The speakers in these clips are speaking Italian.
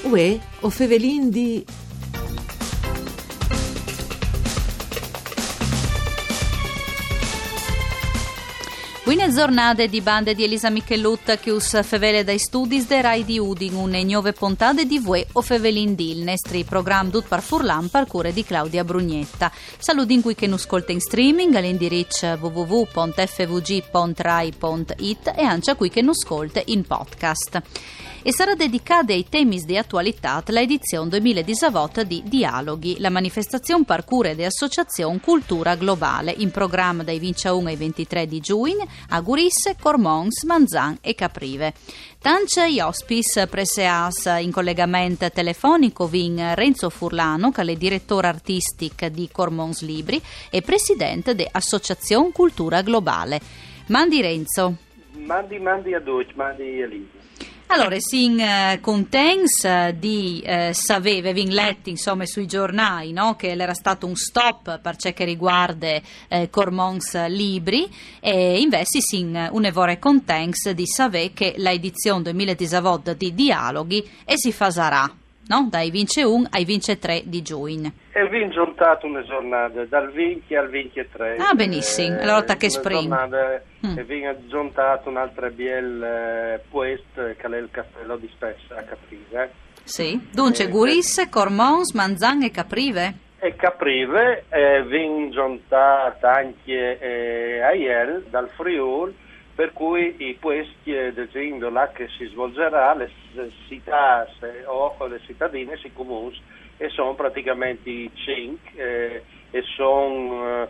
Uè, o Fevelin di... Buone giornate di bande di Elisa Michelutta che us fevele dai studi de Rai di Udin, une nuove puntate di Vue o Fevelin di il nostro programma Dut par Furlan par cure di Claudia Brugnetta. Saludin qui che nu ascolta in streaming all'indirizzo www.fvg.rai.it e anche qui che nu ascolta in podcast. E sarà dedicata ai temi di attualità la edizione 2018 di Dialoghi, la manifestazione parcure di Associazione Cultura Globale, in programma dai 21 ai 23 di giugno a Gurisse, Cormons, Manzan e Caprive. Tance gli ospis preseas in collegamento telefonico vin Renzo Furlano, che è direttore artistico di Cormons Libri e presidente dell'Associazione Cultura Globale. Mandi Renzo. Mandi a Deutsch, mandi Elisa. Allora, sin contents di sapere, vin letti insomma sui giornali, no? Che era stato un stop per ciò che riguarda Cormons Libri e invece sin un'evore contents di sapere che l'edizione 2018 di Dialoghi e si farà, no? Dai 21 ai 23 di giugno. E vi giuntato una giornata dal 20 al 23. Ah, benissimo, allora che spring. E vi giuntato un'altra biel puest che è il castello di Spessa a Caprive. Sì, dunque Gurisse, Cormons, Manzan e Caprive? E Caprive vi giuntato anche a Iel dal Friul, per cui i questi dicendo là che si svolgerà le città o le cittadine, i comuni, e sono praticamente 5 e sono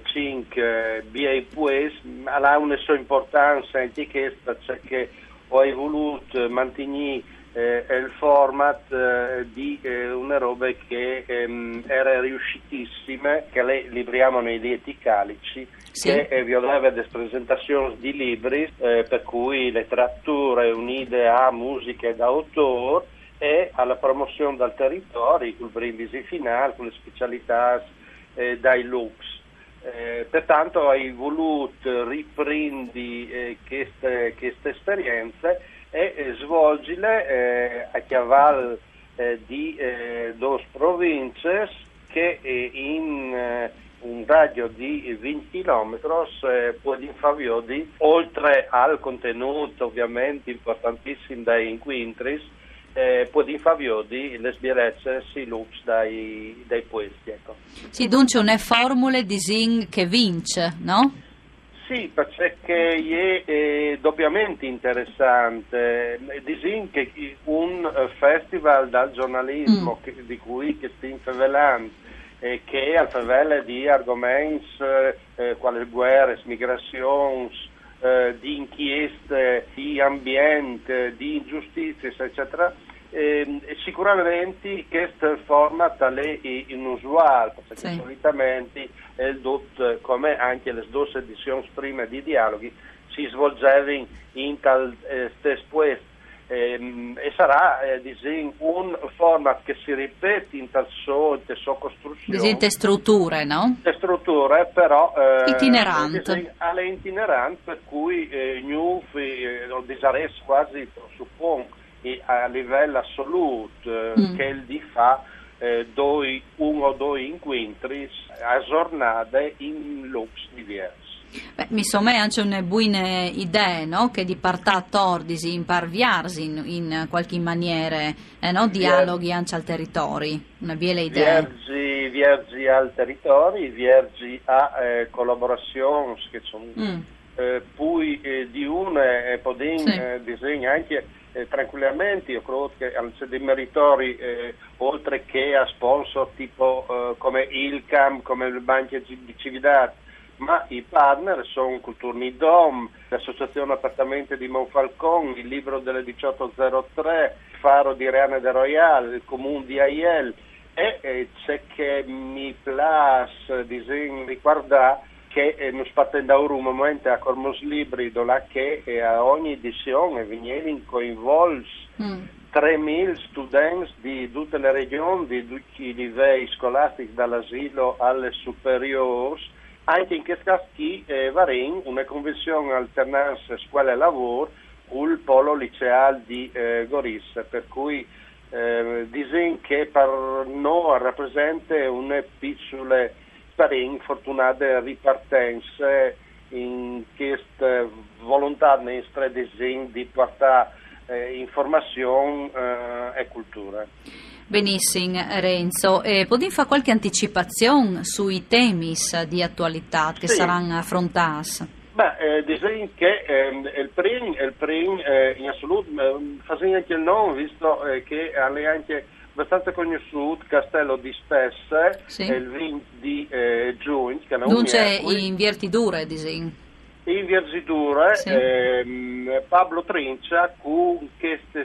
5 BA pues, ha una sua importanza anche questa, cioè che ho voluto mantenere il format di una roba che era riuscitissima, che le libriamo nei lieti calici, sì, che vi aveva delle presentazioni di libri, per cui le tratture unite a musiche d'autore e alla promozione del territorio, con il brindisi finale, con le specialità dai lux. Pertanto hai voluto riprendere queste esperienze e svolgile a cavallo di due province che in un raggio di 20 km può infavore, oltre al contenuto ovviamente importantissimo dai inquintris, può infavore le sbirezze si lux dai poeti, ecco. Sì, dunque una formula di zing che vince, no? Sì, perché è doppiamente interessante. Disin che un festival dal giornalismo di cui che sta infavelando, che al favela di argomenti quali guerre, migrazioni, di inchieste, di ambiente, di ingiustizie, eccetera. Sicuramente questo format è inusuale, perché sì, solitamente il DUT, come anche le due edizioni prima di Dialoghi, si svolgevano in tal stesso puesto. E sarà un format che si ripete in tal sua costruzione. Di strutture, no? Le strutture, però itinerante. Alle itinerante, per cui lo disares quasi suppongo a livello assoluto che il di fa uno o due incontri a giornate in lux diversi. Beh, mi sembra anche una buona idea, no? Che di partire imparviarsi in qualche maniera, no? Dialoghi anche al territorio, una bella idea. Viergi al territorio, viergi a collaborazioni che sono poi di una disegna anche tranquillamente. Io credo che c'è dei meritori oltre che a sponsor tipo come Ilcam, come le banche di Cividad, ma i partner sono Culturni Dom, l'Associazione Appartamenti di Monfalcone, il Libro delle 1803, il Faro di Reane de Royal, il Comune di Aiel, e c'è che mi piace ricordare che non spattendo un momento a Cormons Libri, dove che a ogni edizione venivano coinvolti 3.000 studenti di tutte le regioni, di tutti i livelli scolastici, dall'asilo alle superiori. Anche in questo caso varin una convenzione alternanza scuola e lavoro col polo liceale di Goris, per cui dicono che per noi rappresenta una piccola fortunata ripartenza in questa volontà nostra di portare informazione e cultura. Benissimo Renzo, potremmo fare qualche anticipazione sui temi di attualità che saranno affrontati? Dicono che il primo in assoluto facendo anche il nome, visto che è anche abbastanza conosciuto, Castello di Stesse, il 20 di giugno. Non c'è in Viertidure, disegno. In Viertidure, sì. Pablo Trincia, con queste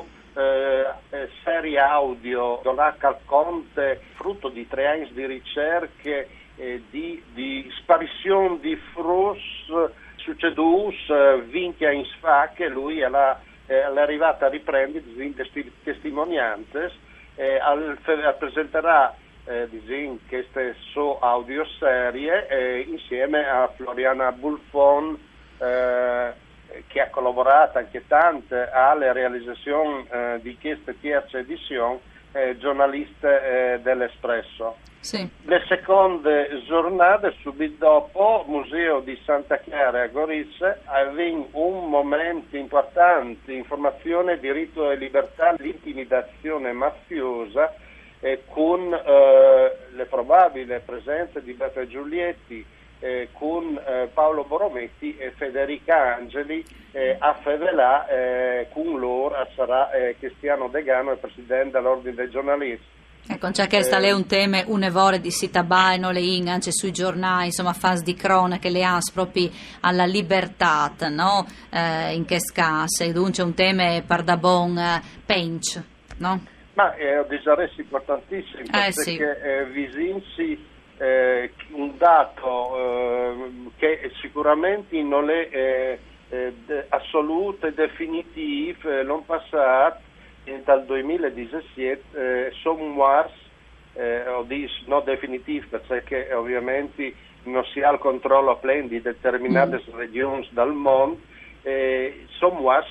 serie audio, dalla Calconte, frutto di 3 anni di ricerche, di sparizione di frus succedus 20 anni fa, che lui è arrivato a riprendere queste testimonianze, presenterà queste audioserie insieme a Floriana Bulfon, che ha collaborato anche tanto alla realizzazione di questa terza edizione, giornalista dell'Espresso. Sì. Le seconde giornate, subito dopo, Museo di Santa Chiara a Gorizia, aveva un momento importante, informazione, diritto e libertà, l'intimidazione mafiosa, con le probabili presenze di Beppe Giulietti, con Paolo Borometti e Federica Angeli, a Fevelà, con loro sarà Cristiano Degano, il presidente dell'Ordine dei giornalisti. Ecco, c'è che sta lì un tema, un'evore di Sitabaino, le anche sui giornali, insomma, fasi di cronache, le proprio alla libertà, no? In che scasse, dunque un tema pardabon pench, no? Ma è un disarresto importantissimo, perché sì. Visinsi un dato che sicuramente non è assoluto e definitivo, non passato dal 2017, somewhere, non definitivo, perché ovviamente non si ha il controllo pleno di determinate regioni del mondo, somewhere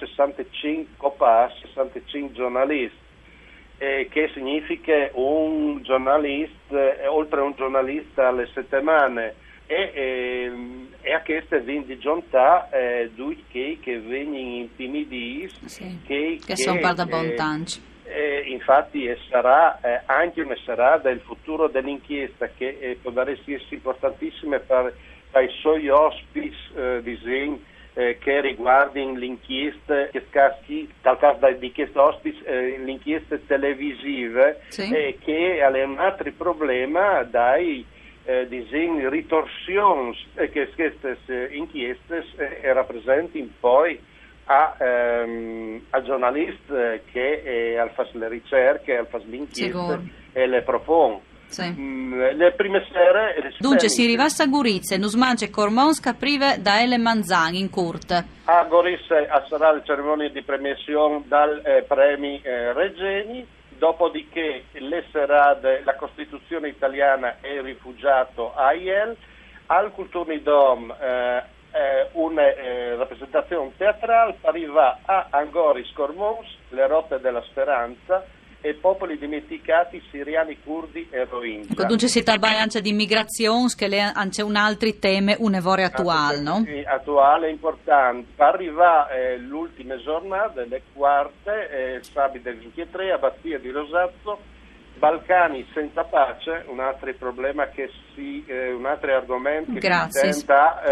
65 giornalisti. Che significa un giornalista, oltre un giornalista alle settimane, e a queste 20 giornate due che vengono intimiditi, sì, che sono per da bontanci. Infatti sarà anche una serata del futuro dell'inchiesta, che può essere importantissima per i suoi ospiti disegni che riguardano l'inchiesta, dal caso di questi ospiti, l'inchiesta televisiva, sì. Che ha un altro problema dai disegni ritorsioni che queste inchieste rappresentano poi a giornalisti che fanno le ricerche, fanno le inchieste e le propongono. Sì. Le prime sere dunque si rivassa a Gorizia, Nusmance Cormonsca prive da Ele Manzan in Kurt. A Gorizia sarà la cerimonia di premiazione dal premi Regeni, dopodiché la Costituzione italiana e il rifugiato AIL, al Kulturnidom una rappresentazione teatrale, arriva a Angoris Cormons, le rotte della speranza, e popoli dimenticati, siriani, curdi e rohingya. Dunque si tratta anche di immigrazione, che c'è un altro tema, un evore attuale, no? Attuale, importante. Arriva l'ultima giornata, le quarte, sabato 23, Abbazia di Rosazzo, Balcani senza pace, un altro problema un altro argomento che si tenta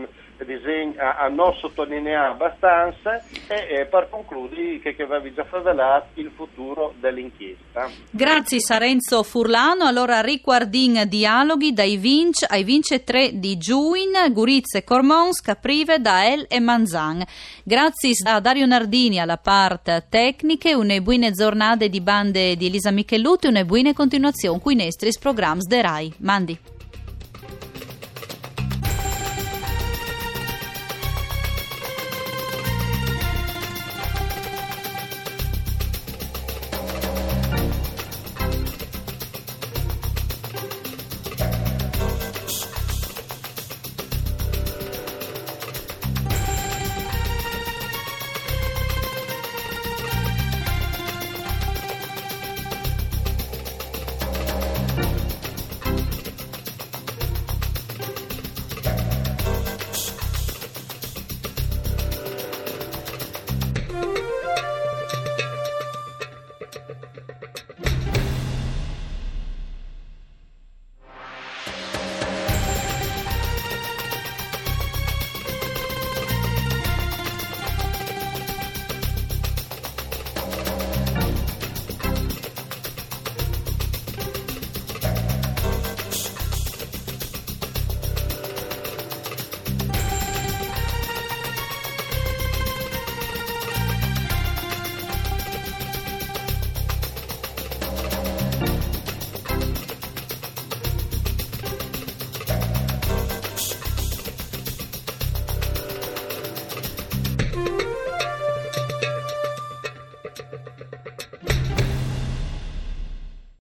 a non sottolineare abbastanza, e per concludere che vi già favelato il futuro dell'inchiesta. Grazie Sarenzo Furlano. Allora riguardin dialoghi dai Vince ai Vince 3 di Giugno, Gorizia e Cormons, Caprive, Dael e Manzan. Grazie a Dario Nardini alla parte tecniche, une buone giornate di bande di Elisa Michelluti, une buone continuazione qui nestris programs de Rai. Mandi.